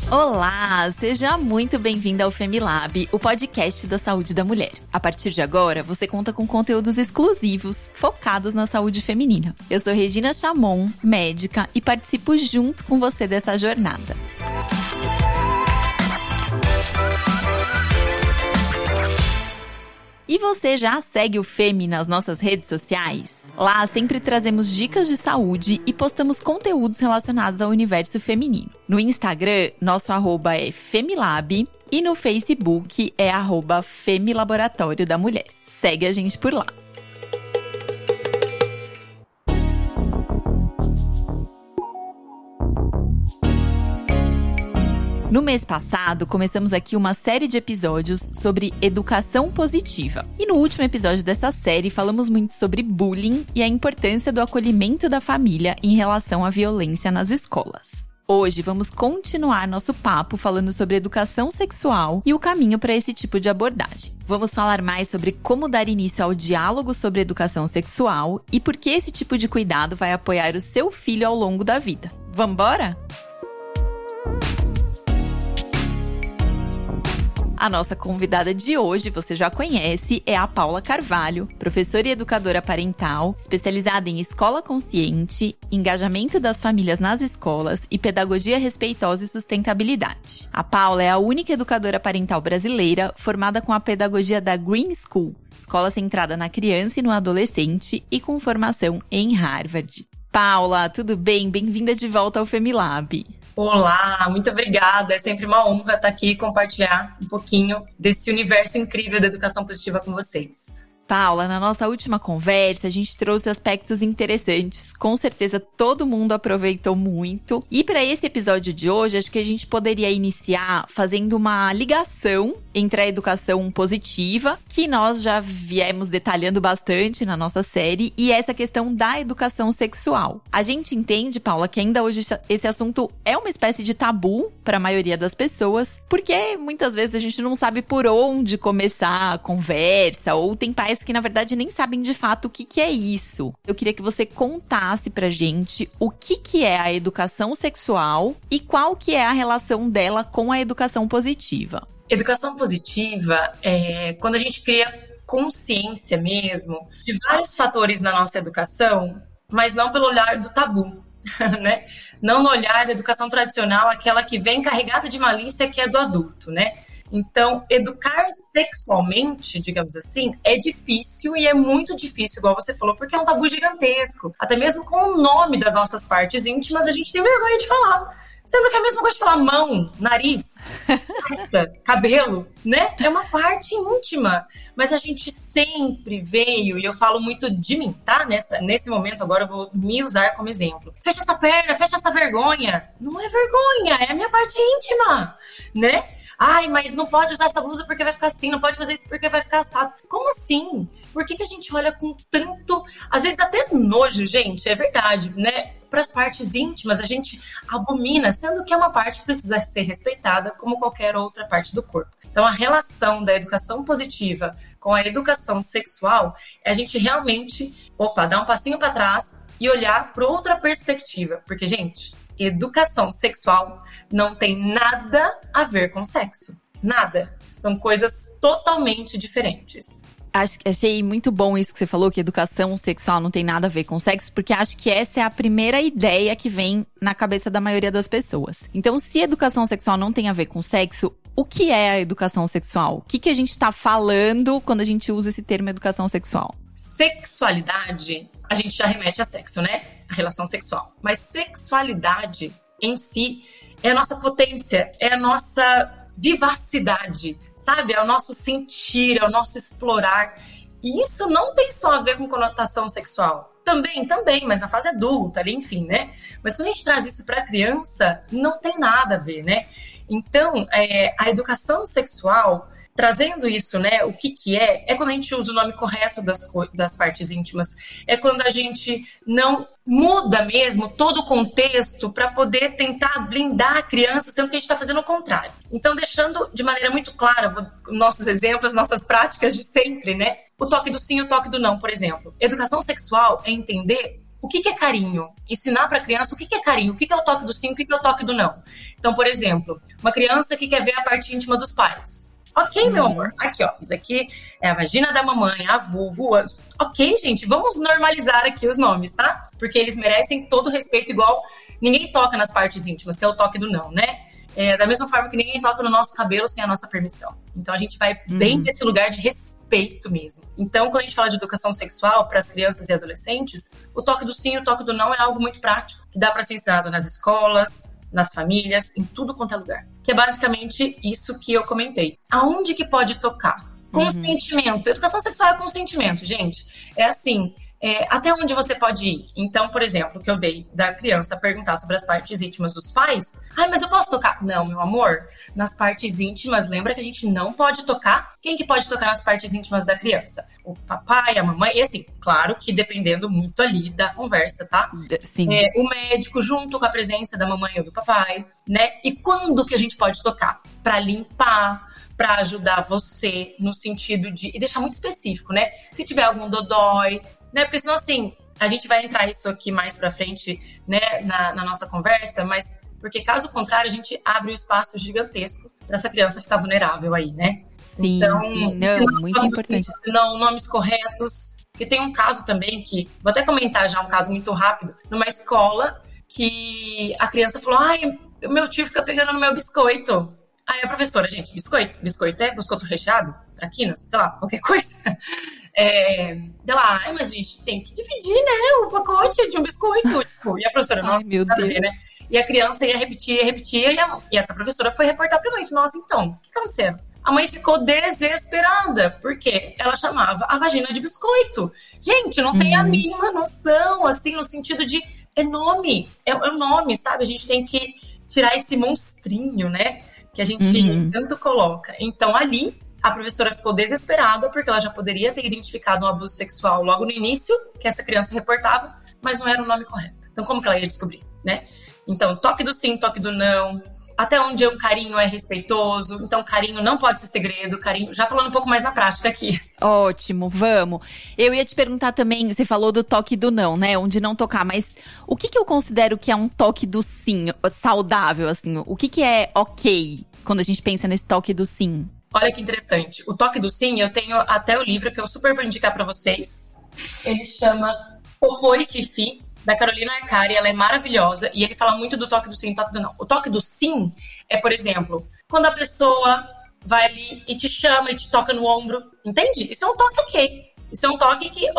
Olá, seja muito bem-vinda ao Femilab, o podcast da saúde da mulher. A partir de agora, você conta com conteúdos exclusivos, focados na saúde feminina. Eu sou Regina Chamon, médica, e participo junto com você dessa jornada. E você já segue o Femi nas nossas redes sociais? Lá sempre trazemos dicas de saúde e postamos conteúdos relacionados ao universo feminino. No Instagram, nosso arroba é Femilab e no Facebook é @Femilaboratório da Mulher. Segue a gente por lá. No mês passado, começamos aqui uma série de episódios sobre educação positiva. E no último episódio dessa série, falamos muito sobre bullying e a importância do acolhimento da família em relação à violência nas escolas. Hoje, vamos continuar nosso papo falando sobre educação sexual e o caminho para esse tipo de abordagem. Vamos falar mais sobre como dar início ao diálogo sobre educação sexual e por que esse tipo de cuidado vai apoiar o seu filho ao longo da vida. Vamos embora? A nossa convidada de hoje, você já conhece, é a Paula Carvalho, professora e educadora parental, especializada em escola consciente, engajamento das famílias nas escolas e pedagogia respeitosa e sustentabilidade. A Paula é a única educadora parental brasileira formada com a pedagogia da Green School, escola centrada na criança e no adolescente e com formação em Harvard. Paula, tudo bem? Bem-vinda de volta ao Femilab. Olá, muito obrigada. É sempre uma honra estar aqui e compartilhar um pouquinho desse universo incrível da educação positiva com vocês. Paula, na nossa última conversa, a gente trouxe aspectos interessantes. Com certeza, todo mundo aproveitou muito. E para esse episódio de hoje, acho que a gente poderia iniciar fazendo uma ligação entre a educação positiva, que nós já viemos detalhando bastante na nossa série, e essa questão da educação sexual. A gente entende, Paula, que ainda hoje esse assunto é uma espécie de tabu para a maioria das pessoas, porque muitas vezes a gente não sabe por onde começar a conversa, ou tem pais que na verdade nem sabem de fato o que é isso. Eu queria que você contasse pra gente o que é a educação sexual e qual que é a relação dela com a educação positiva. Educação positiva é quando a gente cria consciência mesmo de vários fatores na nossa educação, mas não pelo olhar do tabu, né? Não no olhar da educação tradicional, aquela que vem carregada de malícia, que é do adulto, né? Então, educar sexualmente, digamos assim, é difícil e é muito difícil, igual você falou, porque é um tabu gigantesco. Até mesmo com o nome das nossas partes íntimas, a gente tem vergonha de falar. Sendo que é a mesma coisa de falar mão, nariz, testa, cabelo, né? É uma parte íntima. Mas a gente sempre veio, e eu falo muito de mim, tá? Nesse momento agora eu vou me usar como exemplo. Fecha essa perna, fecha essa vergonha. Não é vergonha, é a minha parte íntima, né? Ai, mas não pode usar essa blusa porque vai ficar assim, não pode fazer isso porque vai ficar assado. Como assim? Por que a gente olha com tanto, às vezes até nojo, gente? É verdade, né? Para as partes íntimas a gente abomina, sendo que é uma parte que precisa ser respeitada como qualquer outra parte do corpo. Então a relação da educação positiva com a educação sexual é a gente realmente, dar um passinho para trás e olhar para outra perspectiva. Porque, gente, educação sexual não tem nada a ver com sexo. Nada. São coisas totalmente diferentes. Achei muito bom isso que você falou, que educação sexual não tem nada a ver com sexo, porque acho que essa é a primeira ideia que vem na cabeça da maioria das pessoas. Então, se educação sexual não tem a ver com sexo, o que é a educação sexual? O que a gente está falando quando a gente usa esse termo educação sexual? Sexualidade, a gente já remete a sexo, né? A relação sexual. Mas sexualidade em si é a nossa potência, é a nossa vivacidade, sabe? É o nosso sentir, é o nosso explorar. E isso não tem só a ver com conotação sexual. Também, mas na fase adulta, ali, enfim, né? Mas quando a gente traz isso para a criança, não tem nada a ver, né? Então, a educação sexual, trazendo isso, né? O que é quando a gente usa o nome correto das partes íntimas. É quando a gente não muda mesmo todo o contexto para poder tentar blindar a criança, sendo que a gente está fazendo o contrário. Então, deixando de maneira muito clara nossos exemplos, nossas práticas de sempre, né? O toque do sim e o toque do não, por exemplo. Educação sexual é entender O que é carinho? Ensinar para a criança o que é carinho, o que é o toque do sim, o que é o toque do não. Então, por exemplo, uma criança que quer ver a parte íntima dos pais. Ok, meu amor, aqui ó, isso aqui é a vagina da mamãe, a vulva. Ok, gente, vamos normalizar aqui os nomes, tá? Porque eles merecem todo o respeito igual. Ninguém toca nas partes íntimas, que é o toque do não, né? Da mesma forma que ninguém toca no nosso cabelo sem a nossa permissão. Então a gente vai bem desse lugar de respeito mesmo. Então, quando a gente fala de educação sexual para as crianças e adolescentes, o toque do sim e o toque do não é algo muito prático, que dá para ser ensinado nas escolas, nas famílias, em tudo quanto é lugar. Que é basicamente isso que eu comentei. Aonde que pode tocar? Consentimento. Educação sexual é consentimento, gente. É assim, até onde você pode ir. Então, por exemplo, o que eu dei da criança perguntar sobre as partes íntimas dos pais. Ai, mas eu posso tocar? Não, meu amor. Nas partes íntimas, lembra que a gente não pode tocar? Quem que pode tocar nas partes íntimas da criança? O papai, a mamãe. E assim, claro que dependendo muito ali da conversa, tá? Sim. O médico junto com a presença da mamãe ou do papai, né? E quando que a gente pode tocar? Pra limpar, para ajudar você no sentido de... E deixar muito específico, né? Se tiver algum dodói, né? Porque senão, assim, a gente vai entrar isso aqui mais pra frente, né? Na nossa conversa, mas... Porque caso contrário, a gente abre um espaço gigantesco para essa criança ficar vulnerável aí, né? Sim, então, sim. Não, muito importante. Não, nomes corretos. Porque tem um caso também que... Vou até comentar já um caso muito rápido. Numa escola que a criança falou... Ai, meu tio fica pegando no meu biscoito. Aí a professora, gente, biscoito é biscoito recheado, traquinas, sei lá, qualquer coisa. Ela, mas a gente tem que dividir, né, o pacote de um biscoito. Tipo, e a professora, nossa, meu Deus. ver, né? E a criança ia repetir, e essa professora foi reportar pra mãe. Falou, nossa, então, o que tá acontecendo? A mãe ficou desesperada, porque ela chamava a vagina de biscoito. Gente, não tem a mínima noção, assim, no sentido de, é nome, é o nome, sabe? A gente tem que tirar esse monstrinho, né? Que a gente tanto coloca. Então, ali, a professora ficou desesperada, porque ela já poderia ter identificado um abuso sexual logo no início, que essa criança reportava, mas não era o nome correto. Então, como que ela ia descobrir, né? Então, toque do sim, toque do não. Até onde um carinho é respeitoso. Então, carinho não pode ser segredo. Carinho, já falando um pouco mais na prática aqui. Ótimo, vamos. Eu ia te perguntar também, você falou do toque do não, né? Onde não tocar, mas o que eu considero que é um toque do sim saudável, assim? O que é ok quando a gente pensa nesse toque do sim? Olha que interessante. O toque do sim, eu tenho até o livro que eu super vou indicar pra vocês. Ele chama Popô e Fifi, da Carolina Arcari. Ela é maravilhosa e ele fala muito do toque do sim e toque do não. O toque do sim é, por exemplo, quando a pessoa vai ali e te chama e te toca no ombro, entende? Isso é um toque ok. Isso é um toque que,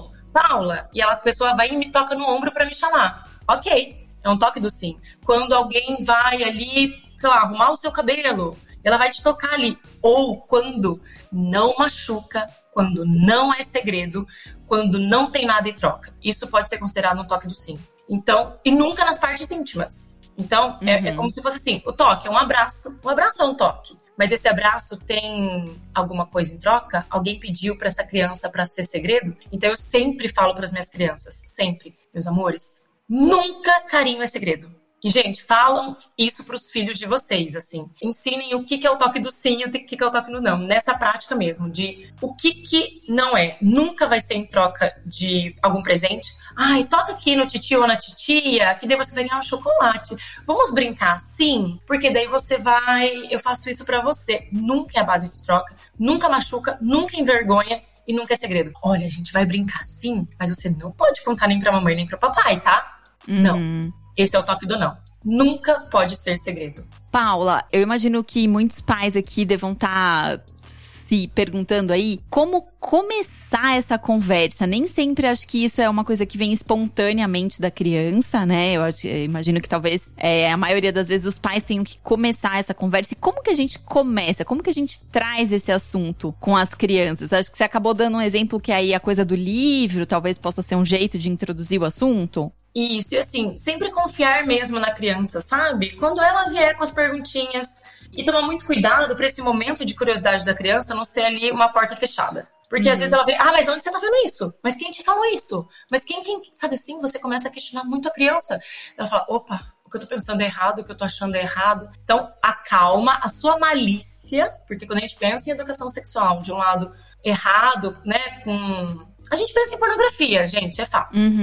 Paula, e a pessoa vai e me toca no ombro pra me chamar. Ok, é um toque do sim. Quando alguém vai ali, sei lá, arrumar o seu cabelo, ela vai te tocar ali. Ou quando não machuca, quando não é segredo, quando não tem nada em troca. Isso pode ser considerado um toque do sim. Então, e nunca nas partes íntimas. Então, é como se fosse assim, o toque é um abraço. Um abraço é um toque. Mas esse abraço tem alguma coisa em troca? Alguém pediu para essa criança para ser segredo? Então, eu sempre falo para as minhas crianças, sempre, meus amores, nunca carinho é segredo. E, gente, falam isso para os filhos de vocês, assim. Ensinem o que é o toque do sim e o que é o toque do não. Nessa prática mesmo, de o que não é. Nunca vai ser em troca de algum presente. Ai, toca aqui no titio ou na titia, que daí você vai ganhar um chocolate. Vamos brincar assim? Porque daí você vai... Eu faço isso para você. Nunca é a base de troca. Nunca machuca, nunca envergonha. E nunca é segredo. Olha, a gente vai brincar sim, mas você não pode contar nem pra mamãe nem pro papai, tá? Não. Esse é o toque do não. Nunca pode ser segredo. Paula, eu imagino que muitos pais aqui devam estar se perguntando aí como começar essa conversa. Nem sempre acho que isso é uma coisa que vem espontaneamente da criança, né? Eu imagino que talvez a maioria das vezes os pais tenham que começar essa conversa. E como que a gente começa? Como que a gente traz esse assunto com as crianças? Acho que você acabou dando um exemplo que aí a coisa do livro talvez possa ser um jeito de introduzir o assunto. Isso, e assim, sempre confiar mesmo na criança, sabe? Quando ela vier com as perguntinhas, e tomar muito cuidado para esse momento de curiosidade da criança não ser ali uma porta fechada. Porque às vezes ela vê, mas onde você tá vendo isso? Mas quem te falou isso? Mas quem sabe assim, você começa a questionar muito a criança. Ela fala, opa, o que eu tô pensando é errado, o que eu tô achando é errado. Então, acalma a sua malícia, porque quando a gente pensa em educação sexual, de um lado errado, né, a gente pensa em pornografia, gente, é fato, né?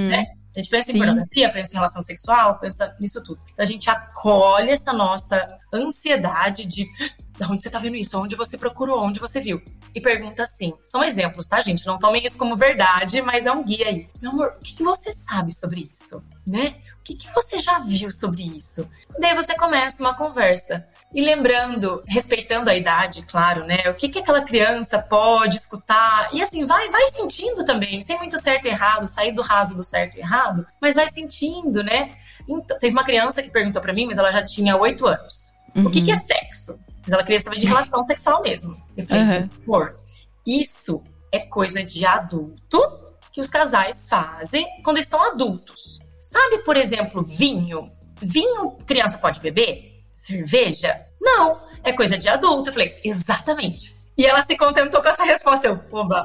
A gente pensa em pornografia, pensa em relação sexual, pensa nisso tudo. Então a gente acolhe essa nossa ansiedade de onde você tá vendo isso? Onde você procurou? Onde você viu? E pergunta assim. São exemplos, tá, gente? Não tomem isso como verdade, mas é um guia aí. Meu amor, o que você sabe sobre isso? Né? O que você já viu sobre isso? E daí você começa uma conversa. E lembrando, respeitando a idade, claro, né? O que aquela criança pode escutar. E assim, vai sentindo também, sem muito certo e errado, sair do raso do certo e errado, mas vai sentindo, né? Então, teve uma criança que perguntou pra mim, mas ela já tinha 8 anos. O que é sexo? Mas ela queria saber de relação sexual mesmo. Eu falei, amor, isso é coisa de adulto que os casais fazem quando estão adultos. Sabe, por exemplo, vinho? Vinho criança pode beber? Cerveja? Não, é coisa de adulto. Eu falei, exatamente. E ela se contentou com essa resposta. Eu, oba.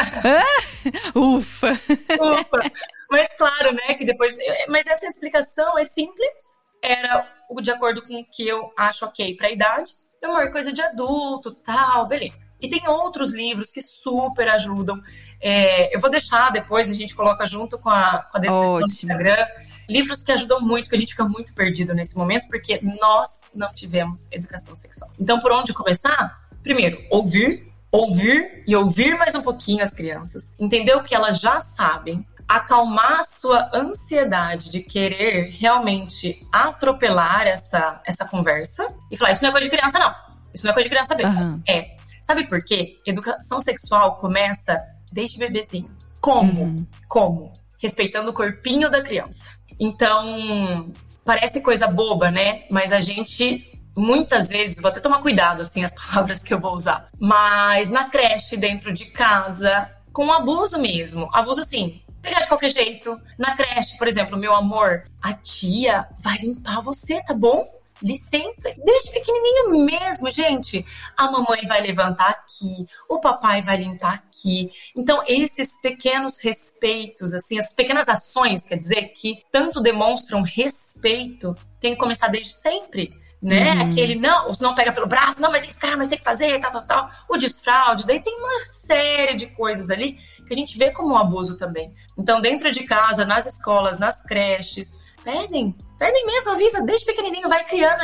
Ufa. Ufa. Mas claro, né, que depois... Mas essa explicação é simples. Era de acordo com o que eu acho ok pra idade. Meu amor, coisa de adulto, tal, beleza. E tem outros livros que super ajudam. Eu vou deixar depois, a gente coloca junto com a descrição do Instagram. Livros que ajudam muito, que a gente fica muito perdido nesse momento, porque nós não tivemos educação sexual. Então, por onde começar? Primeiro, ouvir e ouvir mais um pouquinho as crianças. Entender o que elas já sabem. Acalmar a sua ansiedade de querer realmente atropelar essa conversa. E falar, isso não é coisa de criança, não. Isso não é coisa de criança mesmo. Sabe por quê? Educação sexual começa desde bebezinho. Como? Respeitando o corpinho da criança. Então, parece coisa boba, né? Mas a gente, muitas vezes, vou até tomar cuidado, assim, as palavras que eu vou usar. Mas na creche, dentro de casa, com abuso mesmo. Abuso, assim, pegar de qualquer jeito. Na creche, por exemplo, meu amor, a tia vai limpar você, tá bom? Licença, desde pequenininho mesmo, gente. A mamãe vai levantar aqui, o papai vai limpar aqui. Então, esses pequenos respeitos, assim, as pequenas ações, quer dizer, que tanto demonstram respeito, tem que começar desde sempre, né? Aquele, não pega pelo braço, não, mas tem que ficar, mas tem que fazer, tal. O desfraude, daí tem uma série de coisas ali que a gente vê como um abuso também. Então, dentro de casa, nas escolas, nas creches, pedem mesmo, avisa, desde pequenininho, vai criando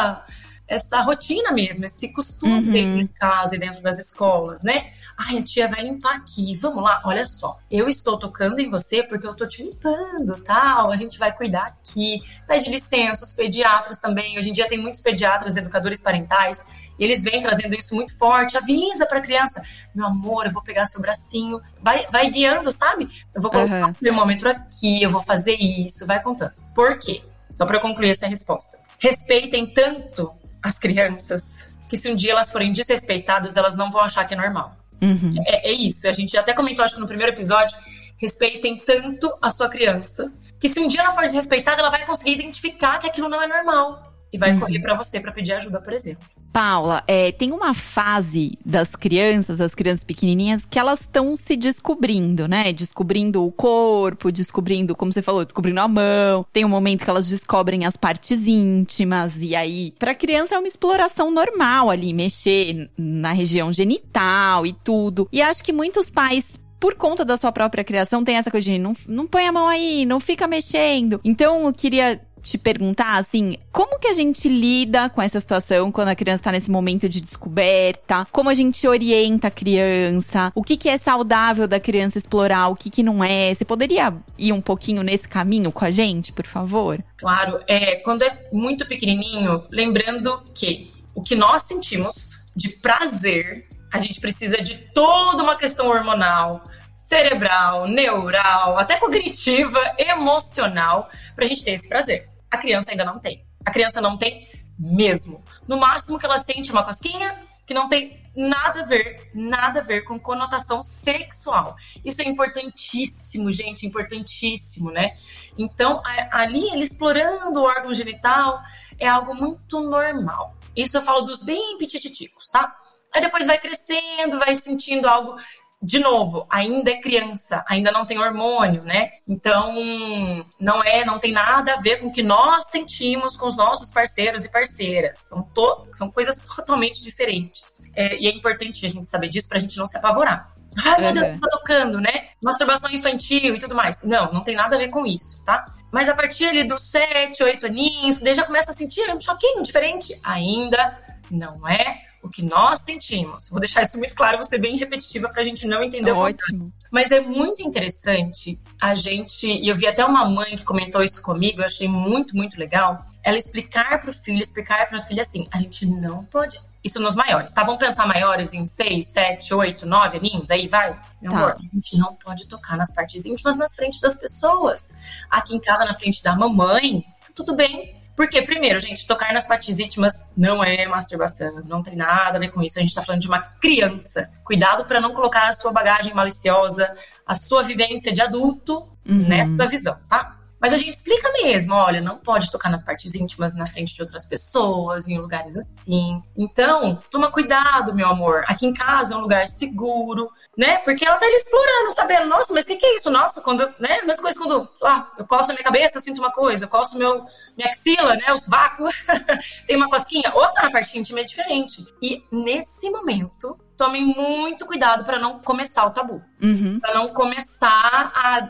essa rotina mesmo, esse costume dentro de casa e dentro das escolas, né? Ai, a tia vai limpar aqui, vamos lá, olha só, eu estou tocando em você porque eu tô te limpando, tal, a gente vai cuidar aqui, pede licença, os pediatras também, hoje em dia tem muitos pediatras, educadores parentais, e eles vêm trazendo isso muito forte, avisa pra criança, meu amor, eu vou pegar seu bracinho, vai guiando, sabe? Eu vou colocar o termômetro aqui, eu vou fazer isso, vai contando. Por quê? Só pra eu concluir essa resposta. Respeitem tanto as crianças que se um dia elas forem desrespeitadas, elas não vão achar que é normal. É isso, a gente até comentou, acho que no primeiro episódio, respeitem tanto a sua criança, que se um dia ela for desrespeitada, ela vai conseguir identificar que aquilo não é normal. E vai correr pra você pra pedir ajuda, por exemplo. Paula, tem uma fase das crianças, as crianças pequenininhas, que elas estão se descobrindo, né? Descobrindo o corpo, descobrindo, como você falou, descobrindo a mão. Tem um momento que elas descobrem as partes íntimas. E aí, pra criança é uma exploração normal ali, mexer na região genital e tudo. E acho que muitos pais, por conta da sua própria criação, tem essa coisa de não põe a mão aí, não fica mexendo. Então, eu queria te perguntar, assim, como que a gente lida com essa situação quando a criança tá nesse momento de descoberta? Como a gente orienta a criança? O que é saudável da criança explorar? O que não é? Você poderia ir um pouquinho nesse caminho com a gente, por favor? Claro. Quando é muito pequenininho, lembrando que o que nós sentimos de prazer, a gente precisa de toda uma questão hormonal, cerebral, neural, até cognitiva, emocional, pra gente ter esse prazer. A criança ainda não tem. A criança não tem mesmo. No máximo que ela sente uma cosquinha que não tem nada a ver com conotação sexual. Isso é importantíssimo, gente, importantíssimo, né? Então, ali, ele explorando o órgão genital é algo muito normal. Isso eu falo dos bem petititicos, tá? Aí depois vai crescendo, vai sentindo algo. De novo, ainda é criança, ainda não tem hormônio, né? Então, não tem nada a ver com o que nós sentimos com os nossos parceiros e parceiras. São coisas totalmente diferentes. E é importante a gente saber disso pra gente não se apavorar. Ai, meu Deus, você tá tocando, né? Masturbação infantil e tudo mais. Não tem nada a ver com isso, tá? Mas a partir ali dos 7, 8 aninhos, daí já começa a sentir um choquinho diferente. Ainda não é o que nós sentimos. Vou deixar isso muito claro, vou ser bem repetitiva pra gente não entender o Ótimo. Mas é muito interessante a gente... E eu vi até uma mãe que comentou isso comigo, eu achei muito, muito legal. Ela explicar pro filho, explicar pra filha assim, a gente não pode... Isso nos maiores, tá? Vamos pensar maiores em 6, 7, 8, 9 aninhos, aí vai? Meu amor, a gente não pode tocar nas partes íntimas na frente das pessoas. Aqui em casa, na frente da mamãe, tudo bem. Porque, primeiro, gente, tocar nas partes íntimas não é masturbação, não tem nada a ver com isso. A gente tá falando de uma criança. Cuidado para não colocar a sua bagagem maliciosa, a sua vivência de adulto nessa visão, tá? Mas a gente explica mesmo, olha, não pode tocar nas partes íntimas na frente de outras pessoas, em lugares assim. Então, toma cuidado, meu amor. Aqui em casa é um lugar seguro, né? Porque ela tá ali explorando, sabendo, nossa, mas o que é isso? Nossa, quando, né? Mesmas coisas quando, sei lá, eu coço a minha cabeça, eu sinto uma coisa, eu coço minha axila, né? O sovaco, tem uma cosquinha. Opa, na parte íntima é diferente. E nesse momento, tomem muito cuidado para não começar o tabu. Para não começar a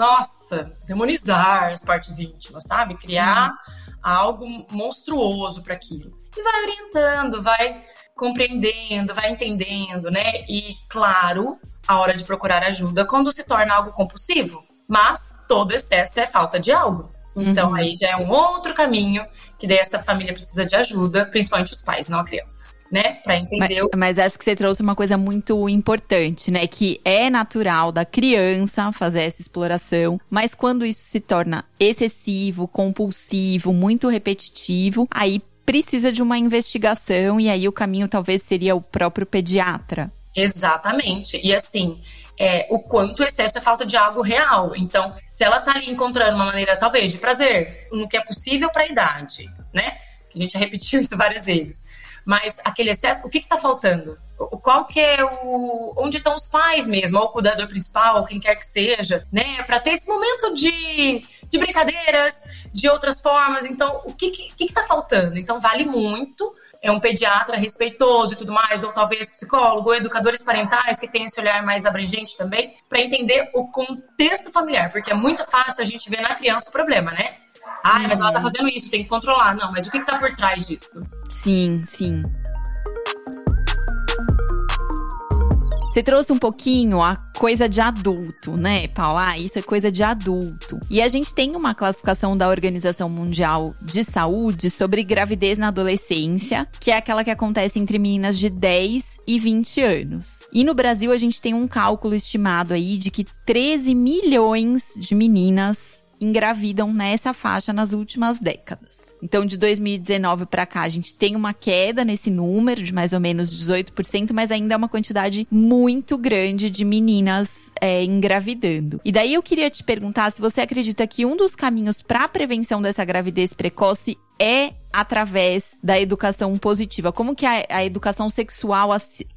demonizar as partes íntimas, sabe? Criar algo monstruoso para aquilo. E vai orientando, vai compreendendo, vai entendendo, né? E, claro, a hora de procurar ajuda quando se torna algo compulsivo. Mas todo excesso é falta de algo. Então, aí já é um outro caminho que daí essa família precisa de ajuda, principalmente os pais, não a criança. Né, para entender. Mas acho que você trouxe uma coisa muito importante, né? Que é natural da criança fazer essa exploração, mas quando isso se torna excessivo, compulsivo, muito repetitivo, aí precisa de uma investigação e aí o caminho talvez seria o próprio pediatra. Exatamente. E assim, o quanto o excesso é falta de algo real. Então, se ela tá ali encontrando uma maneira, talvez, de prazer, no que é possível para a idade, né? Que a gente já repetiu isso várias vezes. Mas aquele excesso, o que está faltando? Qual que é onde estão os pais mesmo, ou o cuidador principal, ou quem quer que seja, né? Para ter esse momento de brincadeiras, de outras formas. Então, o que está faltando? Então, vale muito. É um pediatra respeitoso e tudo mais, ou talvez psicólogo, ou educadores parentais que tem esse olhar mais abrangente também, para entender o contexto familiar, porque é muito fácil a gente ver na criança o problema, né? Mas ela tá fazendo isso, tem que controlar. Não, mas o que tá por trás disso? Sim. Você trouxe um pouquinho a coisa de adulto, né, Paula? Isso é coisa de adulto. E a gente tem uma classificação da Organização Mundial de Saúde sobre gravidez na adolescência, que é aquela que acontece entre meninas de 10 e 20 anos. E no Brasil a gente tem um cálculo estimado aí de que 13 milhões de meninas engravidam nessa faixa nas últimas décadas. Então, de 2019 para cá, a gente tem uma queda nesse número de mais ou menos 18%, mas ainda é uma quantidade muito grande de meninas engravidando. E daí eu queria te perguntar se você acredita que um dos caminhos para a prevenção dessa gravidez precoce é através da educação positiva. Como que a educação sexual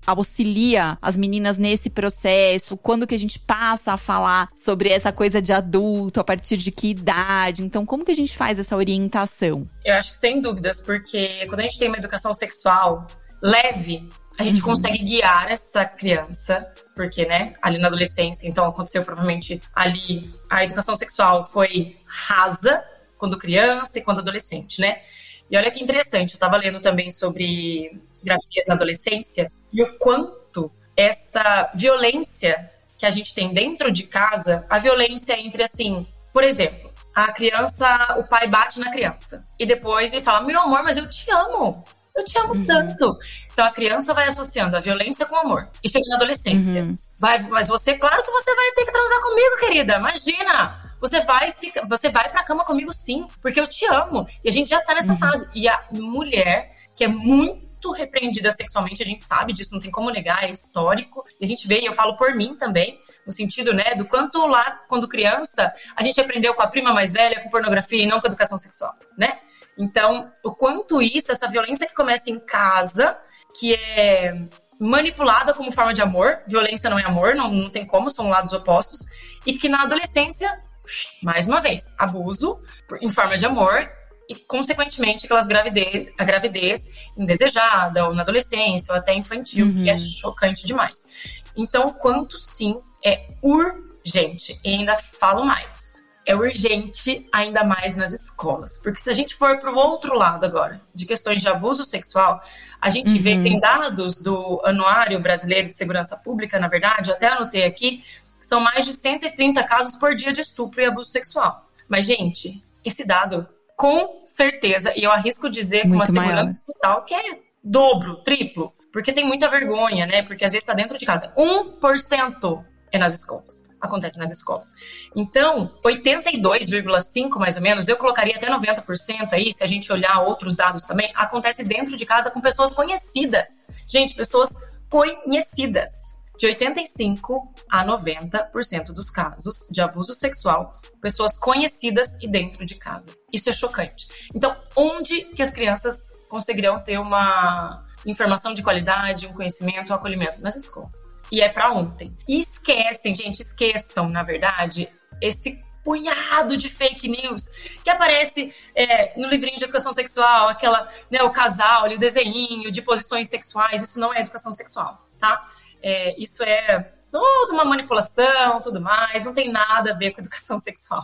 auxilia as meninas nesse processo? Quando que a gente passa a falar sobre essa coisa de adulto? A partir de que idade? Então, como que a gente faz essa orientação? Eu acho que sem dúvidas, porque quando a gente tem uma educação sexual leve, a gente consegue guiar essa criança, porque, né, ali na adolescência, então aconteceu provavelmente ali, a educação sexual foi rasa, quando criança e quando adolescente, né? E olha que interessante, eu tava lendo também sobre gravidez na adolescência e o quanto essa violência que a gente tem dentro de casa, a violência entre, assim, por exemplo, a criança, o pai bate na criança e depois ele fala, meu amor, mas eu te amo tanto. Então a criança vai associando a violência com o amor e chega na adolescência. Mas você, claro que você vai ter que transar comigo, querida, imagina! Você vai pra cama comigo sim, porque eu te amo. E a gente já tá nessa fase. E a mulher, que é muito repreendida sexualmente, a gente sabe disso, não tem como negar, é histórico. E a gente vê, e eu falo por mim também, no sentido, né, do quanto lá, quando criança, a gente aprendeu com a prima mais velha, com pornografia e não com educação sexual, né? Então, o quanto isso, essa violência que começa em casa, que é manipulada como forma de amor, violência não é amor, não tem como, são lados opostos, e que na adolescência, mais uma vez, abuso em forma de amor e, consequentemente, a gravidez indesejada ou na adolescência ou até infantil, que é chocante demais. Então, quanto sim é urgente. E ainda falo mais. É urgente ainda mais nas escolas. Porque se a gente for para o outro lado agora, de questões de abuso sexual, a gente vê, tem dados do Anuário Brasileiro de Segurança Pública, na verdade, eu até anotei aqui, que são mais de 130 casos por dia de estupro e abuso sexual. Mas, gente, esse dado, com certeza, e eu arrisco dizer com uma segurança total, que é dobro, triplo, porque tem muita vergonha, né? Porque às vezes está dentro de casa. 1% é nas escolas. Acontece nas escolas. Então, 82,5% mais ou menos, eu colocaria até 90% aí, se a gente olhar outros dados também, acontece dentro de casa com pessoas conhecidas. Gente, pessoas conhecidas. De 85% a 90% dos casos de abuso sexual, pessoas conhecidas e dentro de casa. Isso é chocante. Então, onde que as crianças conseguirão ter uma informação de qualidade, um conhecimento, um acolhimento? Nas escolas. E é para ontem. E esqueçam, na verdade, esse punhado de fake news que aparece no livrinho de educação sexual, aquela, né, o casal, ali, o desenhinho de posições sexuais. Isso não é educação sexual, tá? Isso é toda uma manipulação, tudo mais, não tem nada a ver com educação sexual.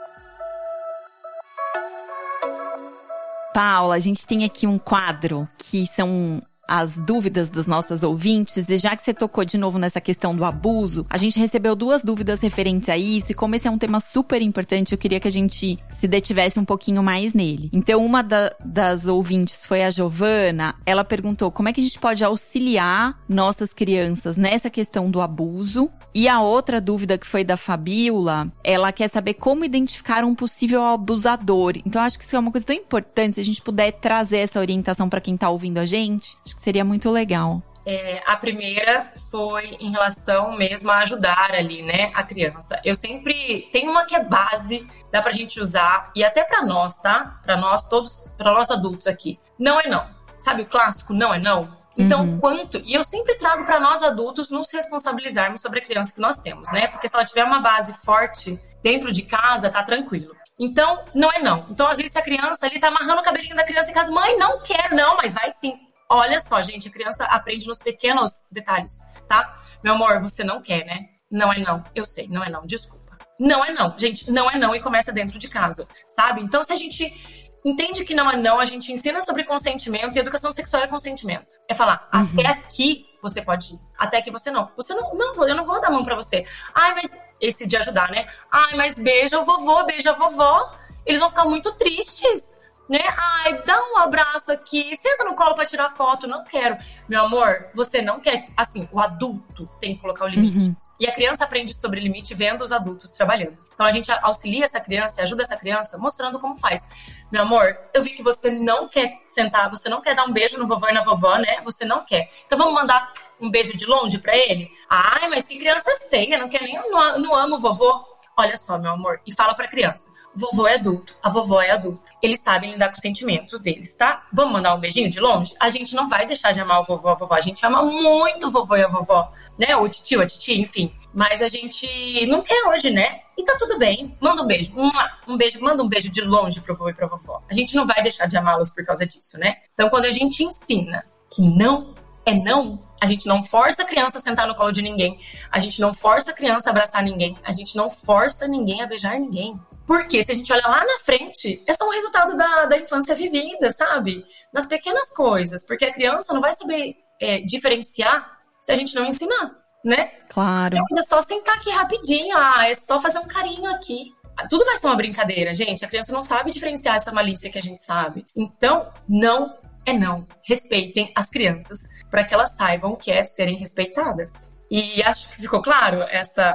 Paula, a gente tem aqui um quadro que são as dúvidas dos nossos ouvintes, e já que você tocou de novo nessa questão do abuso, a gente recebeu 2 dúvidas referentes a isso, e como esse é um tema super importante, eu queria que a gente se detivesse um pouquinho mais nele. Então, uma das ouvintes foi a Giovana, ela perguntou como é que a gente pode auxiliar nossas crianças nessa questão do abuso, e a outra dúvida que foi da Fabiola, ela quer saber como identificar um possível abusador. Então, acho que isso é uma coisa tão importante, se a gente puder trazer essa orientação para quem tá ouvindo a gente, acho que seria muito legal. A primeira foi em relação mesmo a ajudar ali, né, a criança. Eu sempre tenho uma que é base, dá pra gente usar, e até pra nós, tá? Pra nós todos, pra nós adultos aqui. Não é não. Sabe o clássico não é não? Então, e eu sempre trago pra nós adultos nos responsabilizarmos sobre a criança que nós temos, né? Porque se ela tiver uma base forte dentro de casa, tá tranquilo. Então, não é não. Então, às vezes, a criança ali tá amarrando o cabelinho da criança em casa, mãe, não quero, não, mas vai sim. Olha só, gente, a criança aprende nos pequenos detalhes, tá? Meu amor, você não quer, né? Não é não. Eu sei, não é não, desculpa. Não é não, gente, não é não e começa dentro de casa, sabe? Então, se a gente entende que não é não, a gente ensina sobre consentimento, e educação sexual é consentimento. É falar, até aqui você pode ir, até aqui você não. Você não, eu não vou dar a mão pra você. Ai, mas esse de ajudar, né? Ai, mas beija o vovô, beija a vovó. Eles vão ficar muito tristes. Né? Ai, dá um abraço aqui, senta no colo pra tirar foto, não quero. Meu amor, você não quer. Assim, o adulto tem que colocar o limite. E a criança aprende sobre limite vendo os adultos trabalhando. Então a gente auxilia essa criança, ajuda essa criança mostrando como faz. Meu amor, eu vi que você não quer sentar, você não quer dar um beijo no vovô e na vovó, né? Você não quer. Então vamos mandar um beijo de longe pra ele? Ai, mas que criança feia, não quer nem, não amo o vovô. Olha só, meu amor, e fala pra criança. O vovô é adulto, a vovó é adulta. Eles sabem lidar com os sentimentos deles, tá? Vamos mandar um beijinho de longe? A gente não vai deixar de amar o vovô, a vovó. A gente ama muito o vovô e a vovó, né? O tio, a titia, enfim. Mas a gente não quer hoje, né? E tá tudo bem. Manda um beijo. Um beijo, manda um beijo de longe pro vovô e pra vovó. A gente não vai deixar de amá-los por causa disso, né? Então, quando a gente ensina que não é não, a gente não força a criança a sentar no colo de ninguém. A gente não força a criança a abraçar ninguém. A gente não força ninguém a beijar ninguém. Porque se a gente olha lá na frente, é só um resultado da infância vivida, sabe? Nas pequenas coisas. Porque a criança não vai saber diferenciar se a gente não ensinar, né? Claro. Mas é só sentar aqui rapidinho. É só fazer um carinho aqui. Tudo vai ser uma brincadeira, gente. A criança não sabe diferenciar essa malícia que a gente sabe. Então, não é não. Respeitem as crianças para que elas saibam o que é serem respeitadas. E acho que ficou claro essa...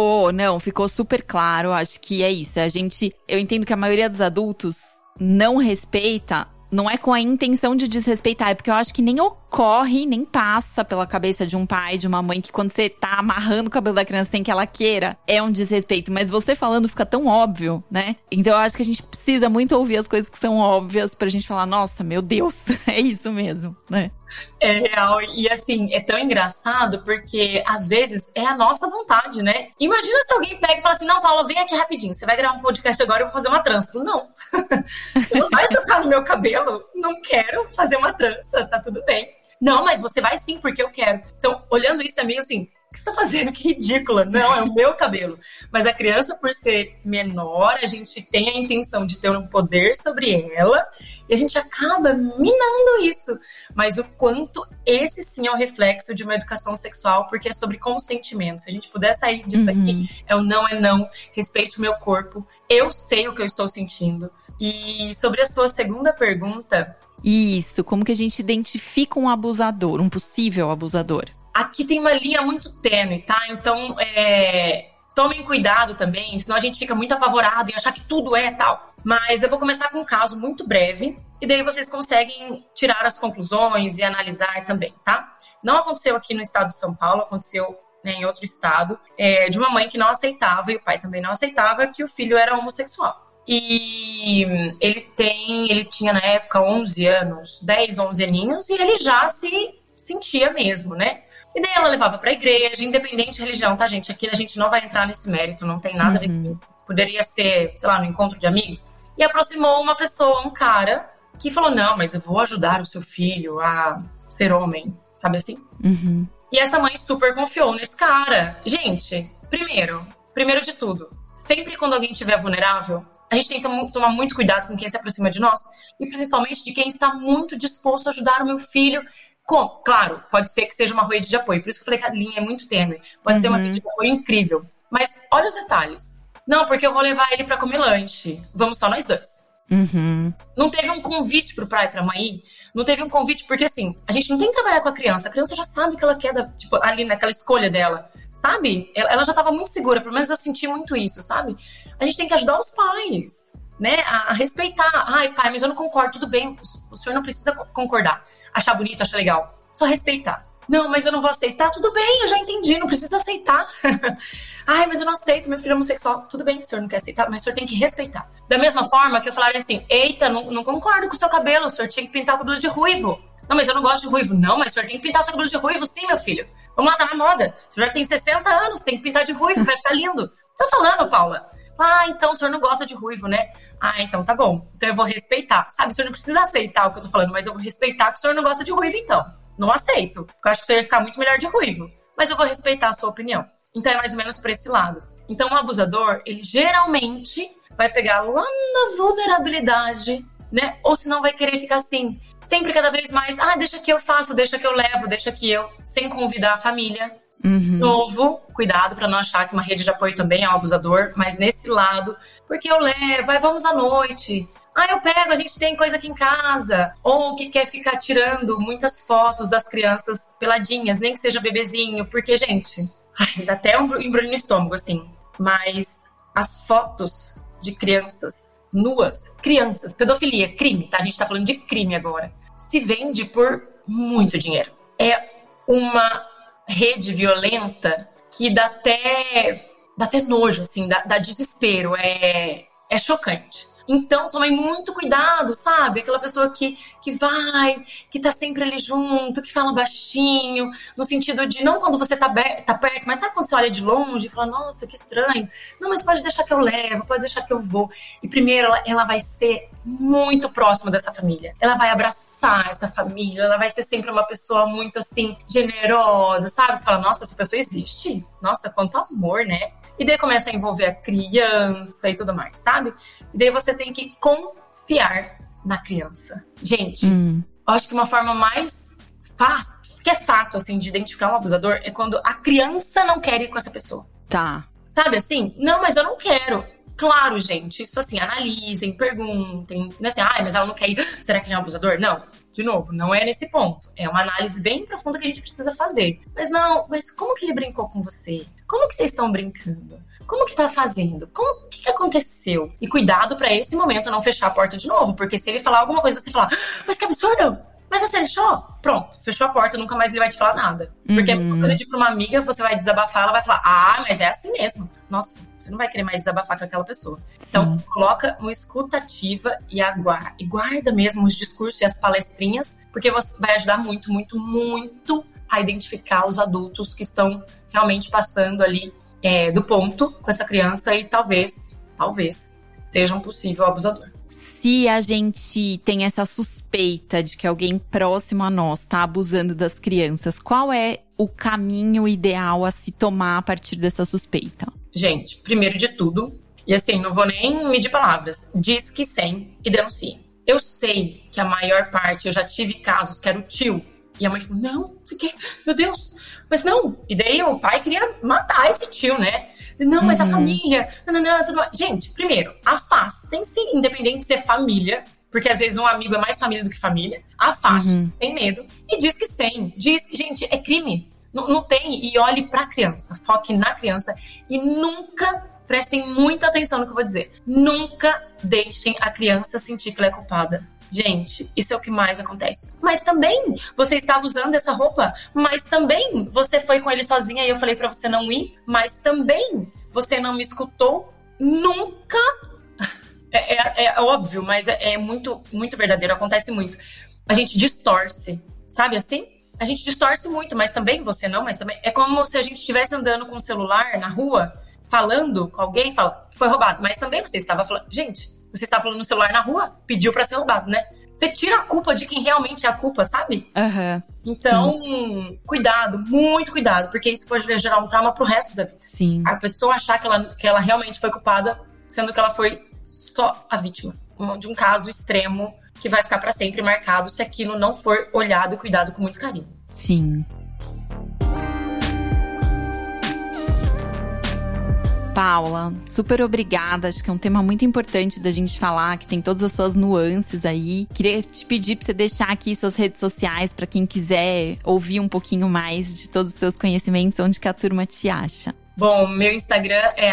Ficou super claro. Acho que é isso. Eu entendo que a maioria dos adultos não respeita, não é com a intenção de desrespeitar, é porque eu acho que nem ocorre, nem passa pela cabeça de um pai, de uma mãe, que quando você tá amarrando o cabelo da criança sem que ela queira, é um desrespeito. Mas você falando fica tão óbvio, né? Então eu acho que a gente precisa muito ouvir as coisas que são óbvias pra gente falar, nossa, meu Deus, é isso mesmo, né? É real, e assim, é tão engraçado porque às vezes é a nossa vontade, né? Imagina se alguém pega e fala assim, não, Paula, vem aqui rapidinho, você vai gravar um podcast agora, eu vou fazer uma trança. Não, você não vai tocar no meu cabelo, não quero fazer uma trança, tá tudo bem. Não, mas você vai sim, porque eu quero. Então, olhando isso é meio assim, que você tá fazendo? Que ridícula. Não, é o meu cabelo. Mas a criança, por ser menor, a gente tem a intenção de ter um poder sobre ela e a gente acaba minando isso. Mas o quanto esse sim é o reflexo de uma educação sexual, porque é sobre consentimento. Se a gente puder sair disso aqui, é não, respeite o meu corpo, eu sei o que eu estou sentindo. E sobre a sua segunda pergunta... Isso, como que a gente identifica um abusador, um possível abusador? Aqui tem uma linha muito tênue, tá? Então, tomem cuidado também, senão a gente fica muito apavorado em achar que tudo é tal. Mas eu vou começar com um caso muito breve, e daí vocês conseguem tirar as conclusões e analisar também, tá? Não aconteceu aqui no estado de São Paulo, aconteceu em outro estado, de uma mãe que não aceitava, e o pai também não aceitava, que o filho era homossexual. E ele tinha na época 11 anos, 10, 11 aninhos, e ele já se sentia mesmo, né? E daí ela levava pra igreja, independente de religião, tá, gente? Aqui a gente não vai entrar nesse mérito, não tem nada a ver com isso. Poderia ser, sei lá, no encontro de amigos. E aproximou uma pessoa, um cara, que falou, não, mas eu vou ajudar o seu filho a ser homem, sabe assim? E essa mãe super confiou nesse cara. Gente, primeiro de tudo, sempre quando alguém estiver vulnerável, a gente tem que tomar muito cuidado com quem se aproxima de nós e principalmente de quem está muito disposto a ajudar o meu filho. Claro, pode ser que seja uma rede de apoio, por isso que eu falei que a linha é muito tênue. Pode ser uma rede de apoio incrível, mas olha os detalhes. Não, porque eu vou levar ele pra comer lanche. Vamos só nós dois. Não teve um convite pro pai e pra mãe ir. Não teve um convite, porque assim, a gente não tem que trabalhar com a criança já sabe o que ela quer, ali naquela escolha dela, sabe? Ela já tava muito segura, pelo menos eu senti muito isso, sabe? A gente tem que ajudar os pais, né? A respeitar. Ai, pai, mas eu não concordo, tudo bem, o senhor não precisa concordar, achar bonito, achar legal, só respeitar. Não, mas eu não vou aceitar, tudo bem, eu já entendi, não precisa aceitar. Ai, mas eu não aceito, meu filho é homossexual. Tudo bem, o senhor não quer aceitar, mas o senhor tem que respeitar. Da mesma forma que eu falaria assim, eita, não concordo com o seu cabelo, o senhor tinha que pintar o cabelo de ruivo. Não, mas eu não gosto de ruivo. Não, mas o senhor tem que pintar o seu cabelo de ruivo sim, meu filho. Vamos lá, tá na moda. O senhor já tem 60 anos, tem que pintar de ruivo, vai ficar lindo. Tá falando, Paula? Ah, então o senhor não gosta de ruivo, né? Ah, então tá bom. Então eu vou respeitar. Sabe, o senhor não precisa aceitar o que eu tô falando, mas eu vou respeitar que o senhor não gosta de ruivo, então. Não aceito, porque eu acho que o senhor ia ficar muito melhor de ruivo. Mas eu vou respeitar a sua opinião. Então é mais ou menos por esse lado. Então o abusador, ele geralmente vai pegar lá na vulnerabilidade, né? Ou senão vai querer ficar assim, sempre cada vez mais, deixa que eu faço, deixa que eu levo, deixa que eu, sem convidar a família. Novo, cuidado para não achar que uma rede de apoio também é um abusador, mas nesse lado, porque eu levo, vamos à noite, eu pego, a gente tem coisa aqui em casa, ou que quer ficar tirando muitas fotos das crianças peladinhas, nem que seja bebezinho, porque, gente, dá até um embrulho no estômago, assim, mas as fotos de crianças nuas, pedofilia, crime, tá? A gente tá falando de crime agora, se vende por muito dinheiro. É uma rede violenta que dá até nojo, assim, dá desespero, é chocante. Então, tomem muito cuidado, sabe? Aquela pessoa que tá sempre ali junto, que fala baixinho, no sentido de, não quando você tá perto, mas sabe quando você olha de longe e fala, nossa, que estranho. Não, mas pode deixar que eu levo, pode deixar que eu vou. E primeiro, ela vai ser muito próxima dessa família. Ela vai abraçar essa família, ela vai ser sempre uma pessoa muito, assim, generosa, sabe? Você fala, nossa, essa pessoa existe? Nossa, quanto amor, né? E daí começa a envolver a criança e tudo mais, sabe? E daí você tem que confiar na criança. Gente, eu acho que uma forma mais fácil, que é fato, assim, de identificar um abusador, é quando a criança não quer ir com essa pessoa. Tá. Sabe assim? Não, mas eu não quero. Claro, gente, isso assim, analisem, perguntem. Não é assim, mas ela não quer ir. Será que ele é um abusador? Não. De novo, não é nesse ponto. É uma análise bem profunda que a gente precisa fazer. Mas como que ele brincou com você? Como que vocês estão brincando? Como que tá fazendo? O que aconteceu? E cuidado pra esse momento não fechar a porta de novo, porque se ele falar alguma coisa, você falar, mas que absurdo! Mas você deixou? Pronto, fechou a porta, nunca mais ele vai te falar nada. Porque é a mesma coisa de ir pra uma amiga, você vai desabafar, ela vai falar, mas é assim mesmo. Nossa, você não vai querer mais desabafar com aquela pessoa. Então, coloca uma escuta ativa e guarda mesmo os discursos e as palestrinhas, porque você vai ajudar muito, muito, muito a identificar os adultos que estão realmente passando ali do ponto com essa criança e talvez seja um possível abusador. se a gente tem essa suspeita de que alguém próximo a nós está abusando das crianças, qual é o caminho ideal a se tomar a partir dessa suspeita? Gente, primeiro de tudo, e assim, não vou nem medir palavras, diz que 100 e denuncie. Eu sei que a maior parte, eu já tive casos que era o tio, e a mãe falou, não sei o que, meu Deus, mas não. E daí o pai queria matar esse tio, né? Não, mas a família, tudo mais. Gente, primeiro, afastem-se, independente de ser família, porque às vezes um amigo é mais família do que família. Afaste-se, sem medo, e diz que 100. Diz que, gente, é crime. Não tem, e olhe pra criança, foque na criança, e nunca, prestem muita atenção no que eu vou dizer, nunca deixem a criança sentir que ela é culpada. Gente, isso é o que mais acontece. Mas também, você estava usando essa roupa, mas também você foi com ele sozinha e eu falei pra você não ir, mas também você não me escutou. Nunca. É óbvio, mas é muito, muito verdadeiro, acontece muito. A gente distorce, sabe assim? A gente distorce muito, mas também você não, mas também. É como se a gente estivesse andando com o celular na rua, falando com alguém, fala, foi roubado, mas também você estava falando. Gente, você está falando no celular na rua, pediu pra ser roubado, né? Você tira a culpa de quem realmente é a culpa, sabe? Então, cuidado, muito cuidado, porque isso pode gerar um trauma pro resto da vida. Sim. A pessoa achar que ela realmente foi culpada, sendo que ela foi só a vítima de um caso extremo que vai ficar pra sempre marcado se aquilo não for olhado e cuidado com muito carinho. Sim. Paula, super obrigada. Acho que é um tema muito importante da gente falar, que tem todas as suas nuances aí. Queria te pedir pra você deixar aqui suas redes sociais pra quem quiser ouvir um pouquinho mais de todos os seus conhecimentos, onde que a turma te acha. Bom, meu Instagram é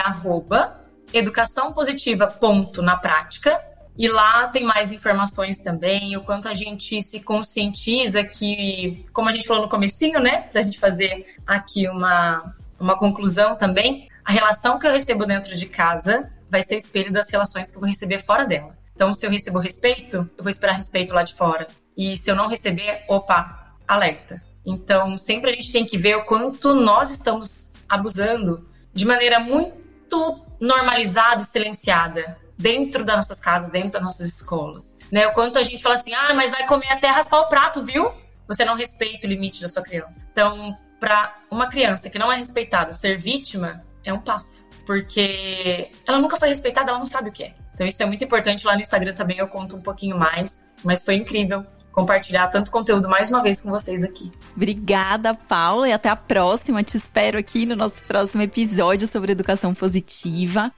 @educaçãopositiva.naprática e lá tem mais informações também, o quanto a gente se conscientiza que, como a gente falou no comecinho, né, pra gente fazer aqui uma conclusão também, a relação que eu recebo dentro de casa vai ser espelho das relações que eu vou receber fora dela. Então, se eu recebo respeito, eu vou esperar respeito lá de fora. E se eu não receber, opa, alerta. Então, sempre a gente tem que ver o quanto nós estamos abusando de maneira muito normalizada e silenciada dentro das nossas casas, dentro das nossas escolas. Né? O quanto a gente fala assim, mas vai comer até raspar o prato, viu? Você não respeita o limite da sua criança. Então, para uma criança que não é respeitada ser vítima, é um passo. Porque ela nunca foi respeitada, ela não sabe o que é. Então isso é muito importante. Lá no Instagram também eu conto um pouquinho mais. Mas foi incrível compartilhar tanto conteúdo mais uma vez com vocês aqui. Obrigada, Paula, e até a próxima. Te espero aqui no nosso próximo episódio sobre educação positiva.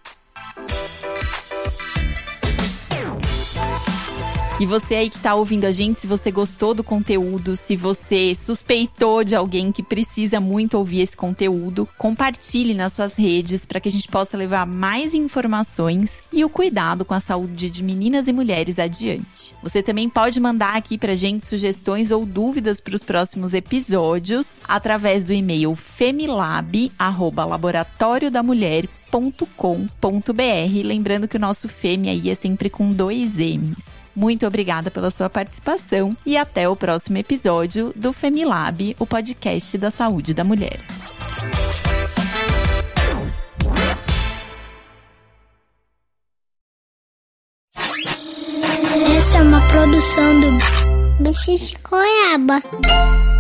E você aí que tá ouvindo a gente, se você gostou do conteúdo, se você suspeitou de alguém que precisa muito ouvir esse conteúdo, compartilhe nas suas redes para que a gente possa levar mais informações e o cuidado com a saúde de meninas e mulheres adiante. Você também pode mandar aqui pra gente sugestões ou dúvidas para os próximos episódios através do e-mail femilab@laboratoriodamulher.com.br. Lembrando que o nosso Femi aí é sempre com 2 M's. Muito obrigada pela sua participação e até o próximo episódio do Femilab, o podcast da saúde da mulher. Essa é uma produção do Bicho de Goiaba.